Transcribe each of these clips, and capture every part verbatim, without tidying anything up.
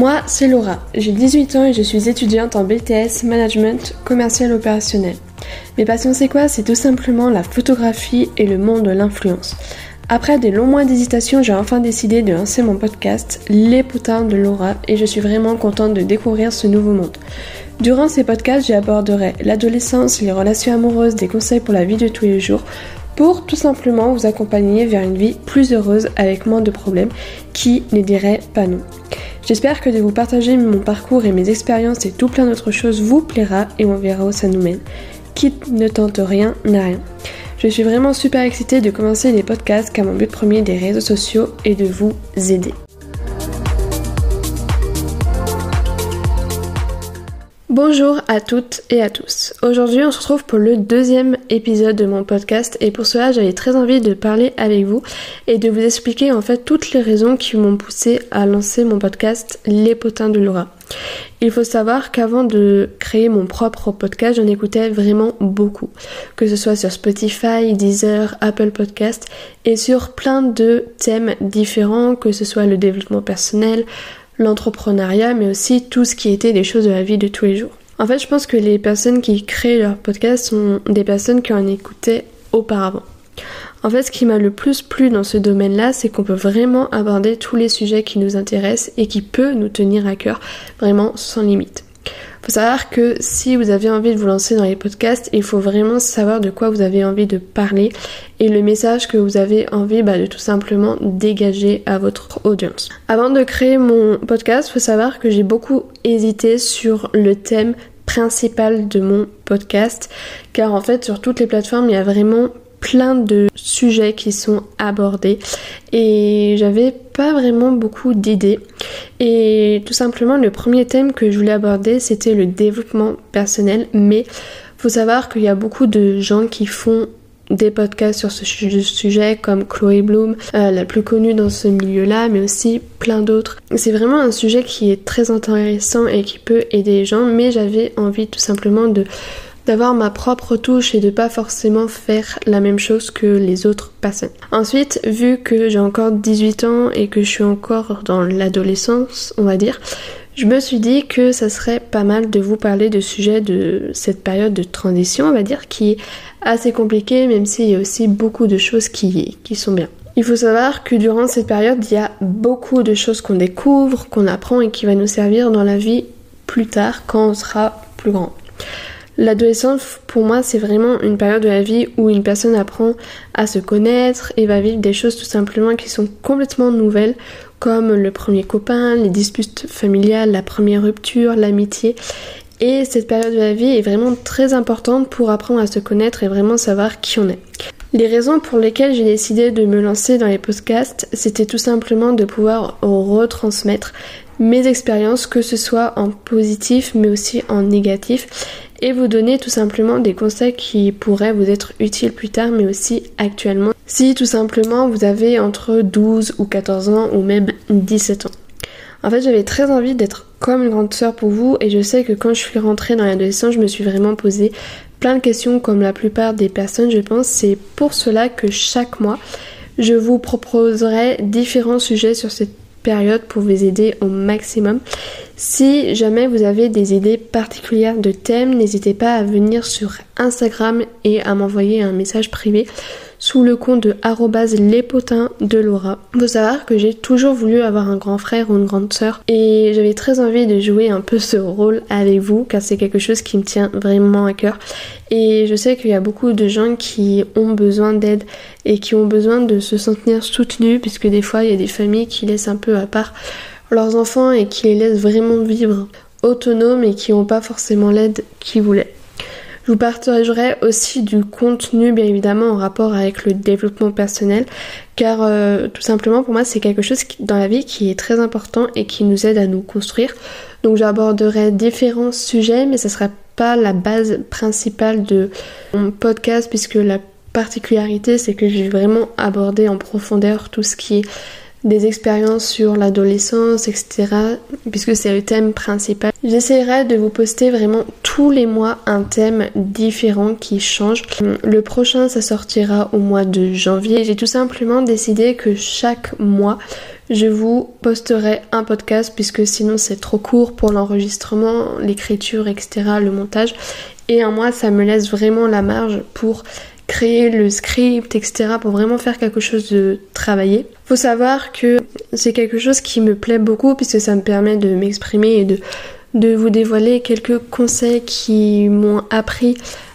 Moi, c'est Laura, j'ai dix-huit ans et je suis étudiante en B T S Management Commercial Opérationnel. Mes passions c'est quoi? C'est tout simplement la photographie et le monde de l'influence. Après des longs mois d'hésitation, j'ai enfin décidé de lancer mon podcast Les Potins de Laura et je suis vraiment contente de découvrir ce nouveau monde. Durant ces podcasts, j'aborderai l'adolescence, les relations amoureuses, des conseils pour la vie de tous les jours, pour tout simplement vous accompagner vers une vie plus heureuse avec moins de problèmes, qui ne dirait pas non. J'espère que de vous partager mon parcours et mes expériences et tout plein d'autres choses vous plaira et on verra où ça nous mène. Qui ne tente rien n'a rien. Je suis vraiment super excitée de commencer les podcasts car mon but premier des réseaux sociaux est de vous aider. Bonjour à toutes et à tous. Aujourd'hui on se retrouve pour le deuxième épisode de mon podcast et pour cela j'avais très envie de parler avec vous et de vous expliquer en fait toutes les raisons qui m'ont poussé à lancer mon podcast Les Potins de Laura. Il faut savoir qu'avant de créer mon propre podcast, j'en écoutais vraiment beaucoup, que ce soit sur Spotify, Deezer, Apple Podcast et sur plein de thèmes différents, que ce soit le développement personnel, l'entrepreneuriat, mais aussi tout ce qui était des choses de la vie de tous les jours. En fait, je pense que les personnes qui créent leur podcast sont des personnes qui en écoutaient auparavant. En fait, ce qui m'a le plus plu dans ce domaine-là, c'est qu'on peut vraiment aborder tous les sujets qui nous intéressent et qui peut nous tenir à cœur, vraiment sans limite. Faut savoir que si vous avez envie de vous lancer dans les podcasts, il faut vraiment savoir de quoi vous avez envie de parler et le message que vous avez envie bah, de tout simplement dégager à votre audience. Avant de créer mon podcast, faut savoir que j'ai beaucoup hésité sur le thème principal de mon podcast, car en fait sur toutes les plateformes il y a vraiment plein de sujets qui sont abordés et j'avais pas vraiment beaucoup d'idées et tout simplement le premier thème que je voulais aborder c'était le développement personnel, mais faut savoir qu'il y a beaucoup de gens qui font des podcasts sur ce sujet comme Chloé Bloom, euh, la plus connue dans ce milieu-là, mais aussi plein d'autres. C'est vraiment un sujet qui est très intéressant et qui peut aider les gens, mais j'avais envie tout simplement de d'avoir ma propre touche et de pas forcément faire la même chose que les autres personnes. Ensuite, vu que j'ai encore dix-huit ans et que je suis encore dans l'adolescence, on va dire, je me suis dit que ça serait pas mal de vous parler de sujets de cette période de transition, on va dire, qui est assez compliquée, même s'il y a aussi beaucoup de choses qui, qui sont bien. Il faut savoir que durant cette période, il y a beaucoup de choses qu'on découvre, qu'on apprend et qui va nous servir dans la vie plus tard, quand on sera plus grand. L'adolescence, pour moi, c'est vraiment une période de la vie où une personne apprend à se connaître et va vivre des choses tout simplement qui sont complètement nouvelles, comme le premier copain, les disputes familiales, la première rupture, l'amitié. Et cette période de la vie est vraiment très importante pour apprendre à se connaître et vraiment savoir qui on est. Les raisons pour lesquelles j'ai décidé de me lancer dans les podcasts, c'était tout simplement de pouvoir retransmettre mes expériences, que ce soit en positif mais aussi en négatif, et vous donner tout simplement des conseils qui pourraient vous être utiles plus tard mais aussi actuellement, si tout simplement vous avez entre douze ou quatorze ans ou même dix-sept ans. En fait, j'avais très envie d'être comme une grande sœur pour vous et je sais que quand je suis rentrée dans l'adolescence, je me suis vraiment posé plein de questions comme la plupart des personnes, je pense. C'est pour cela que chaque mois, je vous proposerai différents sujets sur cette période pour vous aider au maximum. Si jamais vous avez des idées particulières de thèmes, n'hésitez pas à venir sur Instagram et à m'envoyer un message privé sous le compte de arobase lespotins de Laura. Faut savoir que j'ai toujours voulu avoir un grand frère ou une grande sœur et j'avais très envie de jouer un peu ce rôle avec vous car c'est quelque chose qui me tient vraiment à cœur et je sais qu'il y a beaucoup de gens qui ont besoin d'aide et qui ont besoin de se sentir soutenus puisque des fois il y a des familles qui laissent un peu à part leurs enfants et qui les laissent vraiment vivre autonomes et qui n'ont pas forcément l'aide qu'ils voulaient. Je vous partagerai aussi du contenu bien évidemment en rapport avec le développement personnel car euh, tout simplement pour moi c'est quelque chose qui, dans la vie qui est très important et qui nous aide à nous construire. Donc j'aborderai différents sujets mais ça ne sera pas la base principale de mon podcast puisque la particularité c'est que je vais vraiment aborder en profondeur tout ce qui est des expériences sur l'adolescence, et cetera, puisque c'est le thème principal. J'essaierai de vous poster vraiment tous les mois un thème différent qui change. Le prochain, ça sortira au mois de janvier. J'ai tout simplement décidé que chaque mois, je vous posterai un podcast puisque sinon c'est trop court pour l'enregistrement, l'écriture, et cetera, le montage. Et un mois, ça me laisse vraiment la marge pour créer le script, et cetera, pour vraiment faire quelque chose de travaillé. Faut savoir que c'est quelque chose qui me plaît beaucoup puisque ça me permet de m'exprimer et de, de vous dévoiler quelques conseils qui m'ont appris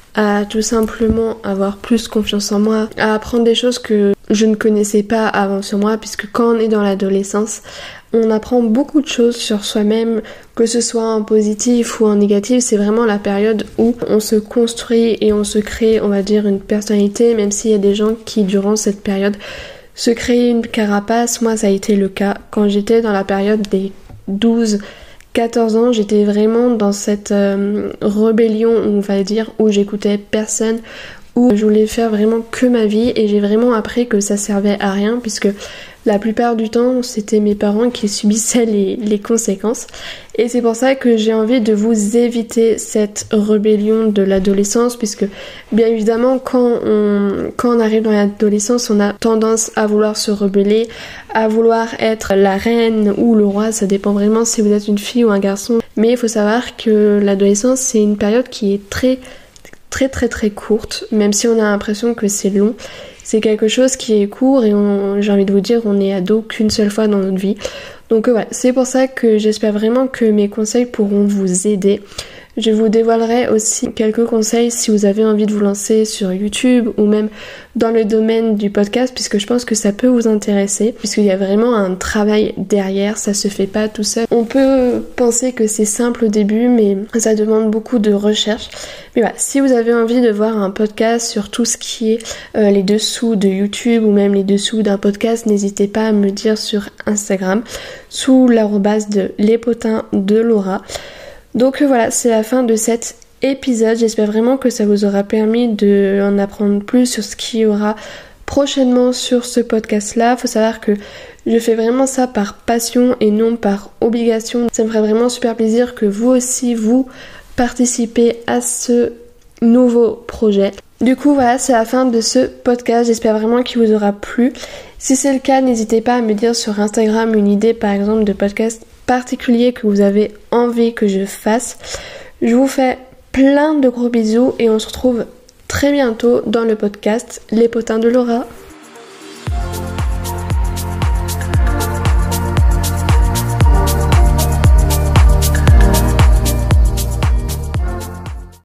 à tout simplement avoir plus confiance en moi, à apprendre des choses que je ne connaissais pas avant sur moi, puisque quand on est dans l'adolescence, on apprend beaucoup de choses sur soi-même, que ce soit en positif ou en négatif. C'est vraiment la période où on se construit et on se crée, on va dire, une personnalité, même s'il y a des gens qui, durant cette période, se créent une carapace. Moi, ça a été le cas. Quand j'étais dans la période des douze quatorze ans, j'étais vraiment dans cette euh, rébellion, on va dire, où j'écoutais personne, où je voulais faire vraiment que ma vie, et j'ai vraiment appris que ça servait à rien puisque la plupart du temps c'était mes parents qui subissaient les, les conséquences. Et c'est pour ça que j'ai envie de vous éviter cette rébellion de l'adolescence, puisque bien évidemment quand on, quand on arrive dans l'adolescence, on a tendance à vouloir se rebeller, à vouloir être la reine ou le roi, ça dépend vraiment si vous êtes une fille ou un garçon. Mais il faut savoir que l'adolescence, c'est une période qui est très très très très courte, même si on a l'impression que c'est long. C'est quelque chose qui est court et on, j'ai envie de vous dire, on est ado qu'une seule fois dans notre vie. Donc euh, voilà, c'est pour ça que j'espère vraiment que mes conseils pourront vous aider. Je vous dévoilerai aussi quelques conseils si vous avez envie de vous lancer sur YouTube ou même dans le domaine du podcast, puisque je pense que ça peut vous intéresser, puisqu'il y a vraiment un travail derrière, ça se fait pas tout seul. On peut penser que c'est simple au début, mais ça demande beaucoup de recherche. Mais voilà, si vous avez envie de voir un podcast sur tout ce qui est euh, les dessous de YouTube ou même les dessous d'un podcast, n'hésitez pas à me dire sur Instagram sous l'arobase de lespotins de Laura. Donc voilà, c'est la fin de cet épisode. J'espère vraiment que ça vous aura permis d'en apprendre plus sur ce qu'il y aura prochainement sur ce podcast-là. Faut savoir que je fais vraiment ça par passion et non par obligation. Ça me ferait vraiment super plaisir que vous aussi, vous participez à ce nouveau projet. Du coup, voilà, c'est la fin de ce podcast. J'espère vraiment qu'il vous aura plu. Si c'est le cas, n'hésitez pas à me dire sur Instagram une idée, par exemple, de podcast particulier que vous avez envie que je fasse. Je vous fais plein de gros bisous et on se retrouve très bientôt dans le podcast Les Potins de Laura.